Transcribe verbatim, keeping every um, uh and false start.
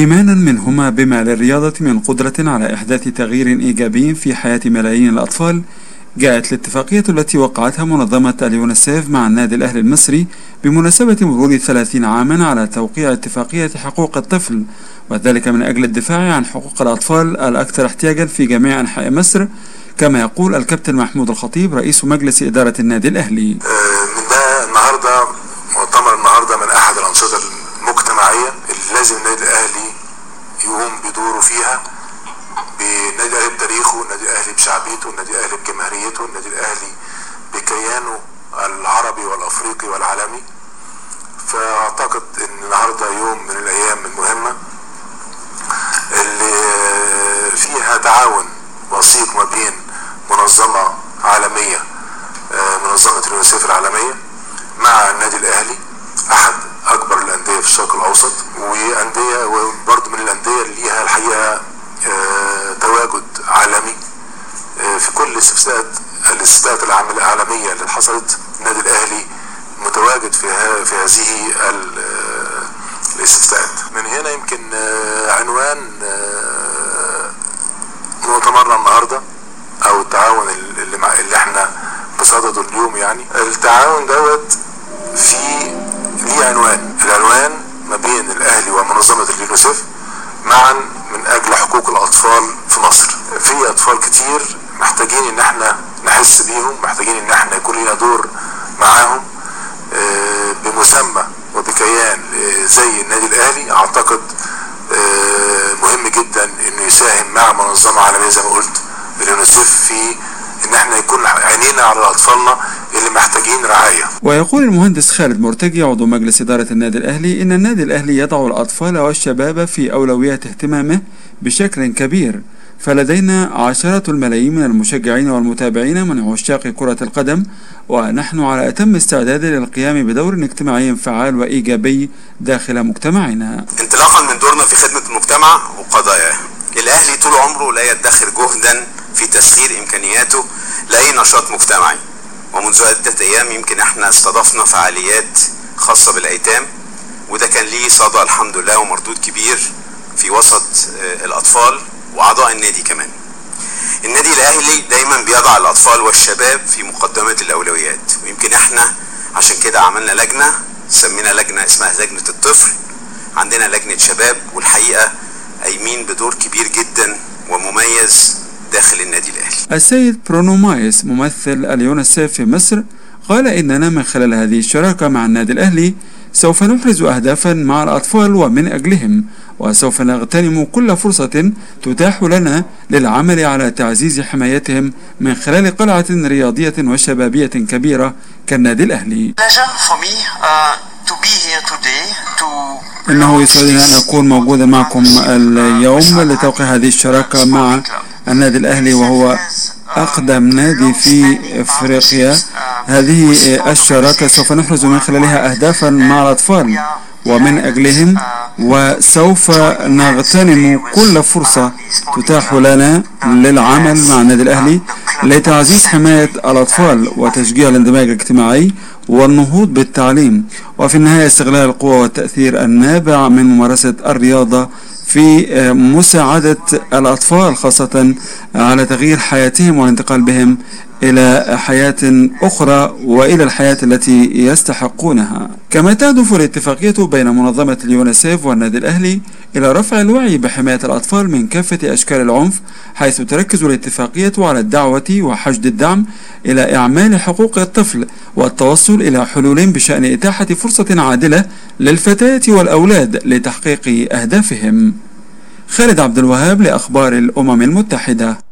إيمانا منهما بما للرياضة من قدرة على إحداث تغيير إيجابي في حياة ملايين الأطفال، جاءت الاتفاقية التي وقعتها منظمة اليونيسيف مع النادي الأهلي المصري بمناسبة مرور ثلاثين عاما على توقيع اتفاقية حقوق الطفل، وذلك من أجل الدفاع عن حقوق الأطفال الأكثر احتياجا في جميع أنحاء مصر، كما يقول الكابتن محمود الخطيب رئيس مجلس إدارة النادي الأهلي. من ده النهارده مؤتمر النهارده من أحد الأنشطة المجتمعية اللي لازم النادي الأهلي يقوم بدوره فيها، بالنادي الأهلي بتاريخه، النادي الأهلي بشعبيته، النادي الأهلي بجماهيريته، النادي الأهلي بكيانه العربي والأفريقي والعالمي. فأعتقد إن النهارده يوم من الأيام المهمة اللي فيها تعاون وثيق ما بين منظمة عالمية، منظمة اليونيسيف العالمية، مع النادي الأهلي أحد أكبر الأندية في الشرق الأوسط، وأندية وبرضه من الأندية اللي ليها الحقيقة تواجد عالمي في كل الاستفتاءات الاستفتاءات العالمية اللي حصلت. النادي الأهلي متواجد في في هذه الاستفتاءات. من هنا يمكن عنوان مؤتمرنا النهارده او التعاون اللي مع اللي احنا بصدده اليوم، يعني التعاون دوت في ليه عنوان، العنوان ما بين الاهلي ومنظمه اليونيسيف معا من اجل حقوق الاطفال في مصر. في اطفال كتير محتاجين ان احنا نحس بيهم، محتاجين ان احنا يكون لنا دور معاهم بمسمى وبكيان زي النادي الاهلي. اعتقد مهم جدا انه يساهم مع منظمه عالميه زي ما قلت اليونيسيف في ان احنا يكون عينينا على اطفالنا اللي محتاجين رعايه. ويقول المهندس خالد مرتجي عضو مجلس اداره النادي الاهلي ان النادي الاهلي يضع الاطفال والشباب في اولويات اهتمامه بشكل كبير، فلدينا عشرات الملايين من المشجعين والمتابعين من عشاق كرة القدم، ونحن على أتم استعداد للقيام بدور اجتماعي فعال وإيجابي داخل مجتمعنا. انطلاقا من دورنا في خدمة المجتمع وقضاياه، الأهلي طول عمره لا يدخر جهدا في تسخير إمكانياته لأي نشاط مجتمعي، ومنذ عدة أيام يمكن احنا استضفنا فعاليات خاصة بالأيتام، وده كان ليه صدى الحمد لله ومردود كبير في وسط الأطفال وأعضاء النادي كمان. النادي الأهلي دايما بيضع الأطفال والشباب في مقدمة الأولويات، ويمكن احنا عشان كده عملنا لجنة سمينا لجنة اسمها لجنة الطفل، عندنا لجنة شباب، والحقيقة قايمين بدور كبير جدا ومميز داخل النادي الأهلي. السيد برونو مايس ممثل اليونيسيف في مصر قال إننا من خلال هذه الشراكة مع النادي الأهلي سوف نحرز أهدافا مع الأطفال ومن أجلهم، وسوف نغتنم كل فرصة تتاح لنا للعمل على تعزيز حمايتهم من خلال قلعة رياضية وشبابية كبيرة كالنادي الأهلي. إنه يسعدني أن أكون موجودا معكم اليوم لتوقيع هذه الشراكة مع النادي الأهلي، وهو أقدم نادي في إفريقيا. هذه الشراكة سوف نحرز من خلالها أهدافا مع الأطفال ومن أجلهم، وسوف نغتنم كل فرصة تتاح لنا للعمل مع النادي الأهلي لتعزيز حماية الأطفال وتشجيع الاندماج الاجتماعي والنهوض بالتعليم، وفي النهاية استغلال القوة والتأثير النابع من ممارسة الرياضة في مساعدة الأطفال خاصة على تغيير حياتهم والانتقال بهم إلى حياة أخرى وإلى الحياة التي يستحقونها. كما تهدف الاتفاقية بين منظمة اليونيسيف والنادي الأهلي إلى رفع الوعي بحماية الأطفال من كافة أشكال العنف، حيث تركز الاتفاقية على الدعوة وحشد الدعم إلى إعمال حقوق الطفل والتوصل إلى حلول بشأن إتاحة فرصة عادلة للفتيات والأولاد لتحقيق أهدافهم. خالد عبد الوهاب لأخبار الأمم المتحدة.